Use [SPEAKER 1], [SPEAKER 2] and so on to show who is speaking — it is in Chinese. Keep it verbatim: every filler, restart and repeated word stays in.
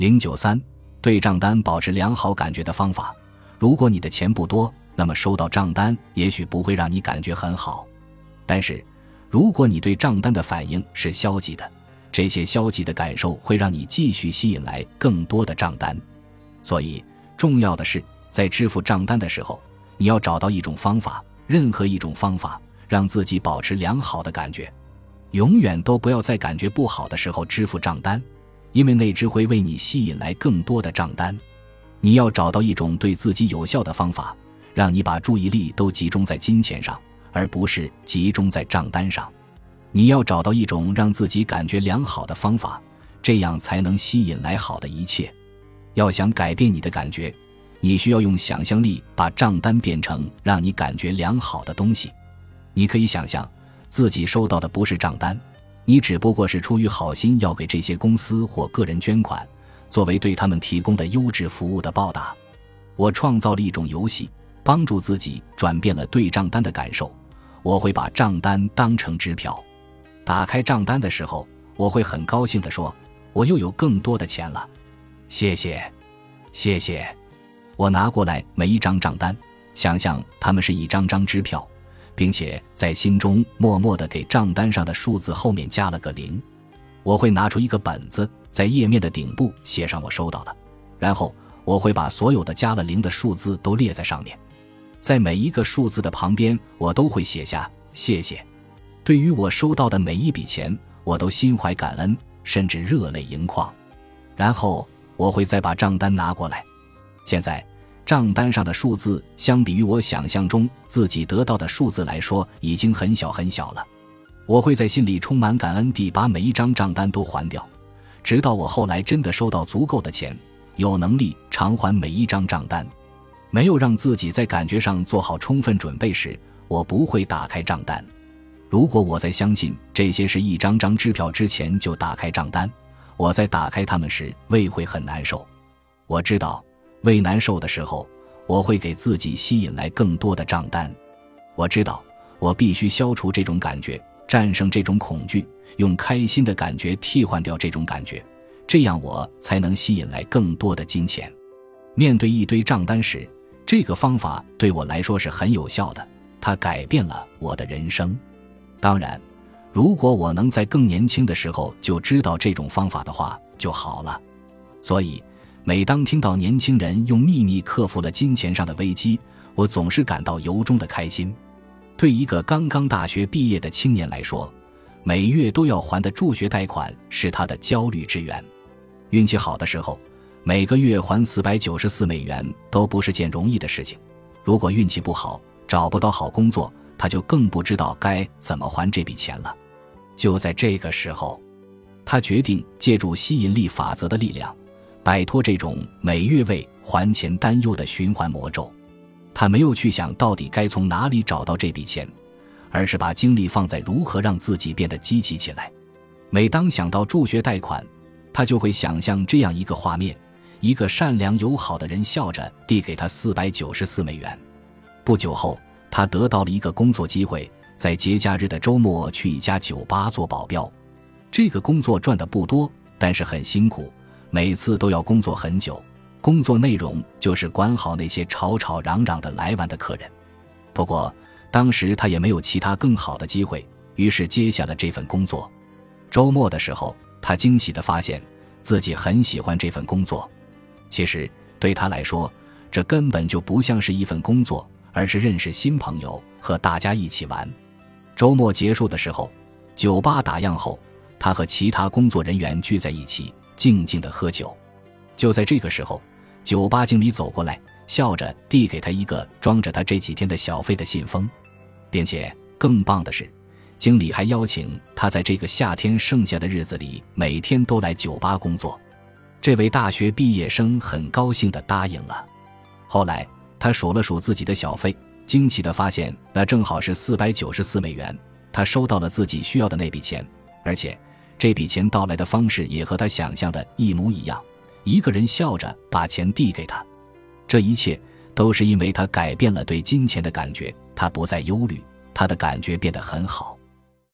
[SPEAKER 1] 零九三对账单保持良好感觉的方法。如果你的钱不多，那么收到账单也许不会让你感觉很好。但是如果你对账单的反应是消极的，这些消极的感受会让你继续吸引来更多的账单。所以重要的是，在支付账单的时候，你要找到一种方法，任何一种方法，让自己保持良好的感觉。永远都不要在感觉不好的时候支付账单，因为那只会为你吸引来更多的账单。你要找到一种对自己有效的方法，让你把注意力都集中在金钱上，而不是集中在账单上。你要找到一种让自己感觉良好的方法，这样才能吸引来好的一切。要想改变你的感觉，你需要用想象力把账单变成让你感觉良好的东西。你可以想象自己收到的不是账单，你只不过是出于好心要给这些公司或个人捐款，作为对他们提供的优质服务的报答。我创造了一种游戏，帮助自己转变了对账单的感受。我会把账单当成支票，打开账单的时候，我会很高兴地说，我又有更多的钱了，谢谢谢谢。我拿过来每一张账单，想象它们是一张张支票，并且在心中默默地给账单上的数字后面加了个零。我会拿出一个本子，在页面的顶部写上我收到的，然后我会把所有的加了零的数字都列在上面。在每一个数字的旁边，我都会写下谢谢。对于我收到的每一笔钱，我都心怀感恩，甚至热泪盈眶。然后我会再把账单拿过来，现在账单上的数字相比于我想象中自己得到的数字来说，已经很小很小了。我会在心里充满感恩地把每一张账单都还掉，直到我后来真的收到足够的钱，有能力偿还每一张账单。没有让自己在感觉上做好充分准备时，我不会打开账单。如果我在相信这些是一张张支票之前就打开账单，我在打开它们时胃会很难受。我知道胃难受的时候，我会给自己吸引来更多的账单。我知道我必须消除这种感觉，战胜这种恐惧，用开心的感觉替换掉这种感觉，这样我才能吸引来更多的金钱。面对一堆账单时，这个方法对我来说是很有效的，它改变了我的人生。当然，如果我能在更年轻的时候就知道这种方法的话就好了。所以每当听到年轻人用秘密克服了金钱上的危机，我总是感到由衷的开心。对一个刚刚大学毕业的青年来说，每月都要还的助学贷款是他的焦虑之源。运气好的时候，每个月还四百九十四美元都不是件容易的事情。如果运气不好，找不到好工作，他就更不知道该怎么还这笔钱了。就在这个时候，他决定借助吸引力法则的力量，摆脱这种每月为还钱担忧的循环魔咒。他没有去想到底该从哪里找到这笔钱，而是把精力放在如何让自己变得积极起来。每当想到助学贷款，他就会想象这样一个画面，一个善良友好的人笑着递给他四百九十四美元。不久后，他得到了一个工作机会，在节假日的周末去一家酒吧做保镖。这个工作赚得不多，但是很辛苦，每次都要工作很久。工作内容就是管好那些吵吵嚷嚷的来玩的客人。不过当时他也没有其他更好的机会，于是接下了这份工作。周末的时候，他惊喜地发现自己很喜欢这份工作。其实对他来说，这根本就不像是一份工作，而是认识新朋友，和大家一起玩。周末结束的时候，酒吧打烊后，他和其他工作人员聚在一起，静静地喝酒。就在这个时候，酒吧经理走过来，笑着递给他一个装着他这几天的小费的信封，并且更棒的是，经理还邀请他在这个夏天剩下的日子里每天都来酒吧工作。这位大学毕业生很高兴地答应了。后来他数了数自己的小费，惊奇地发现那正好是四百九十四美元。他收到了自己需要的那笔钱，而且这笔钱到来的方式也和他想象的一模一样，一个人笑着把钱递给他。这一切都是因为他改变了对金钱的感觉，他不再忧虑，他的感觉变得很好。